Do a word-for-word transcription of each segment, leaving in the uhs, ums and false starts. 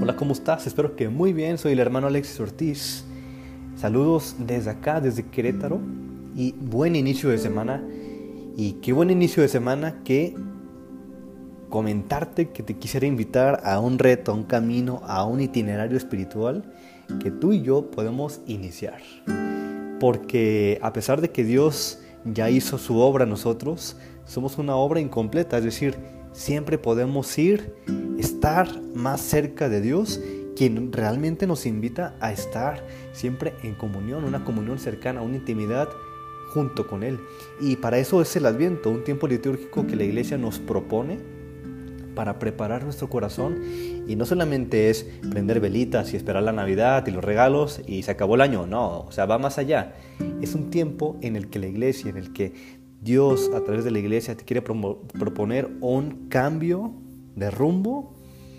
Hola, ¿cómo estás? Espero que muy bien. Soy el hermano Alexis Ortiz. Saludos desde acá, desde Querétaro. Y buen inicio de semana. Y qué buen inicio de semana que comentarte que te quisiera invitar a un reto, a un camino, a un itinerario espiritual que tú y yo podemos iniciar. Porque a pesar de que Dios ya hizo su obra en nosotros, somos una obra incompleta, es decir, siempre podemos ir, estar más cerca de Dios, quien realmente nos invita a estar siempre en comunión, una comunión cercana, una intimidad junto con Él. Y para eso es el Adviento, un tiempo litúrgico que la Iglesia nos propone para preparar nuestro corazón. Y no solamente es prender velitas y esperar la Navidad y los regalos y se acabó el año, no, o sea, va más allá. Es un tiempo en el que la Iglesia, en el que Dios a través de la Iglesia te quiere pro- proponer un cambio de rumbo,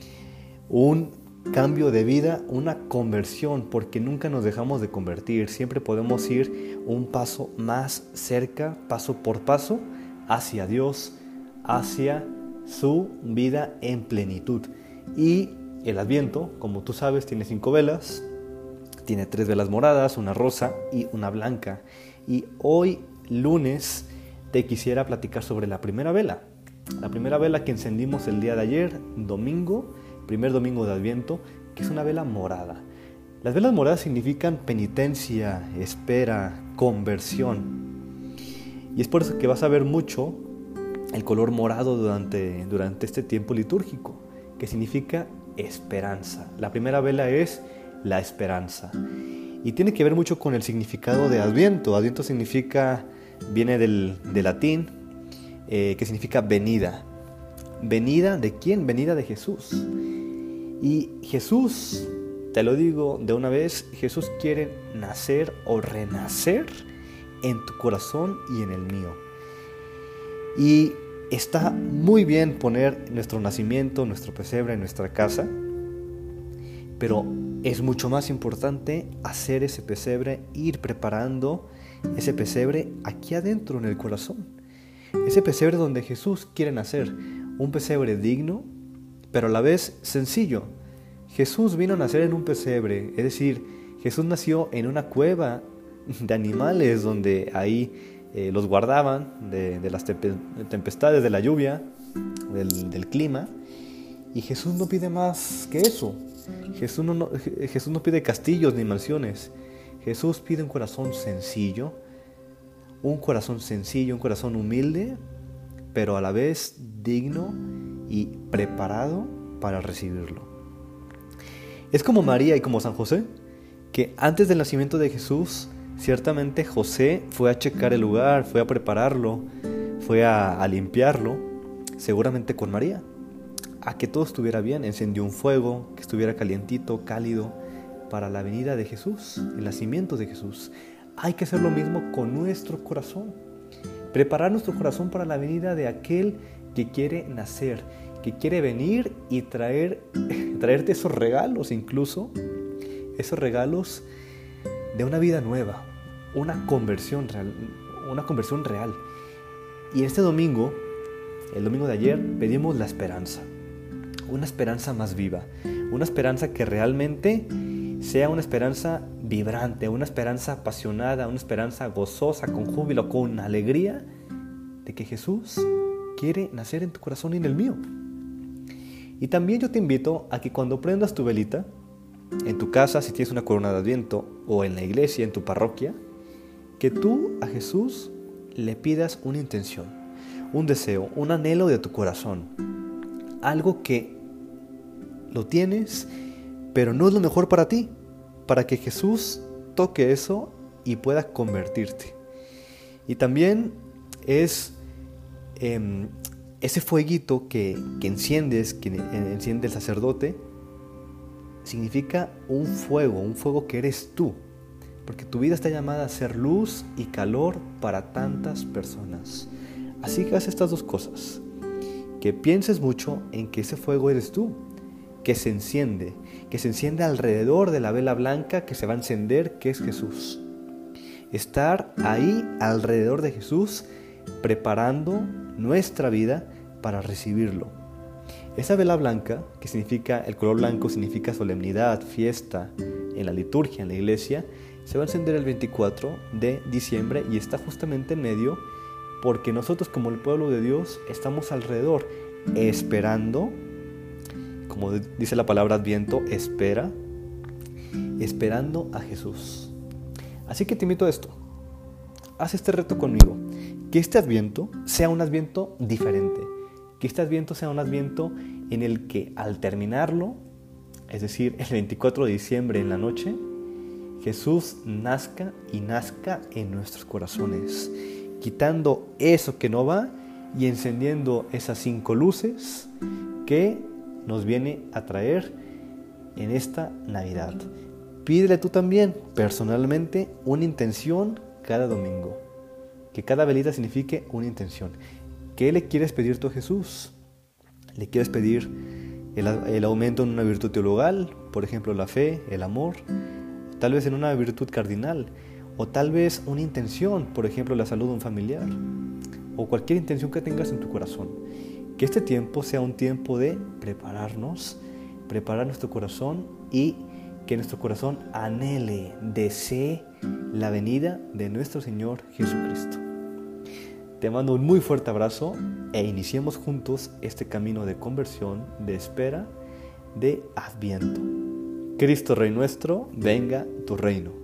un cambio de vida, una conversión, porque nunca nos dejamos de convertir, siempre podemos ir un paso más cerca, paso por paso, hacia Dios, hacia su vida en plenitud. Y el Adviento, como tú sabes, tiene cinco velas, tiene tres velas moradas, una rosa y una blanca. Y hoy, lunes, te quisiera platicar sobre la primera vela. La primera vela que encendimos el día de ayer, domingo, primer domingo de Adviento, que es una vela morada. Las velas moradas significan penitencia, espera, conversión. Y es por eso que vas a ver mucho el color morado durante, durante este tiempo litúrgico, que significa esperanza. La primera vela es la esperanza. Y tiene que ver mucho con el significado de Adviento. Adviento significa, viene del, del latín, eh, que significa venida. ¿Venida de quién? Venida de Jesús. Y Jesús, te lo digo de una vez, Jesús quiere nacer o renacer en tu corazón y en el mío. Y está muy bien poner nuestro nacimiento, nuestro pesebre en nuestra casa, pero es mucho más importante hacer ese pesebre, ir preparando ese pesebre aquí adentro en el corazón. Ese pesebre donde Jesús quiere nacer, un pesebre digno, pero a la vez sencillo. Jesús vino a nacer en un pesebre, es decir, Jesús nació en una cueva de animales donde ahí eh, los guardaban de, de las tempestades, de la lluvia, del, del clima. Y Jesús no pide más que eso. Jesús no, no, Jesús no pide castillos ni mansiones. Jesús pide un corazón sencillo, un corazón sencillo, un corazón humilde, pero a la vez digno y preparado para recibirlo. Es como María y como San José, que antes del nacimiento de Jesús, ciertamente José fue a checar el lugar, fue a prepararlo, fue a, a limpiarlo, seguramente con María, a que todo estuviera bien. Encendió un fuego, que estuviera calientito, cálido, para la venida de Jesús, el nacimiento de Jesús. Hay que hacer lo mismo con nuestro corazón, preparar nuestro corazón para la venida de aquel que quiere nacer, que quiere venir y traer, traerte esos regalos, incluso esos regalos de una vida nueva, una conversión real, una conversión real. Y este domingo, el domingo de ayer, pedimos la esperanza, una esperanza más viva, una esperanza que realmente sea una esperanza vibrante, una esperanza apasionada, una esperanza gozosa, con júbilo, con alegría, de que Jesús quiere nacer en tu corazón y en el mío. Y también yo te invito a que cuando prendas tu velita, en tu casa, si tienes una corona de Adviento, o en la iglesia, en tu parroquia, que tú a Jesús le pidas una intención, un deseo, un anhelo de tu corazón, algo que lo tienes, pero no es lo mejor para ti, para que Jesús toque eso y pueda convertirte. Y también es eh, ese fueguito que, que enciendes, que enciende el sacerdote, significa un fuego, un fuego que eres tú, porque tu vida está llamada a ser luz y calor para tantas personas. Así que haz estas dos cosas, que pienses mucho en que ese fuego eres tú, que se enciende, que se enciende alrededor de la vela blanca que se va a encender, que es Jesús. Estar ahí alrededor de Jesús, preparando nuestra vida para recibirlo. Esa vela blanca, que significa, el color blanco significa solemnidad, fiesta, en la liturgia, en la iglesia, se va a encender el veinticuatro de diciembre y está justamente en medio porque nosotros como el pueblo de Dios estamos alrededor esperando, como dice la palabra Adviento, espera, esperando a Jesús. Así que te invito a esto, haz este reto conmigo, que este Adviento sea un Adviento diferente, que este Adviento sea un Adviento en el que al terminarlo, es decir, el veinticuatro de diciembre en la noche, Jesús nazca y nazca en nuestros corazones, quitando eso que no va y encendiendo esas cinco luces que nos viene a traer en esta Navidad. Pídele tú también, personalmente, una intención cada domingo. Que cada velita signifique una intención. ¿Qué le quieres pedir tú a Jesús? ¿Le quieres pedir el, el aumento en una virtud teologal? Por ejemplo, la fe, el amor. Tal vez en una virtud cardinal. O tal vez una intención, por ejemplo, la salud de un familiar. O cualquier intención que tengas en tu corazón. Que este tiempo sea un tiempo de prepararnos, preparar nuestro corazón y que nuestro corazón anhele, desee la venida de nuestro Señor Jesucristo. Te mando un muy fuerte abrazo e iniciemos juntos este camino de conversión, de espera, de Adviento. Cristo Rey nuestro, venga tu reino.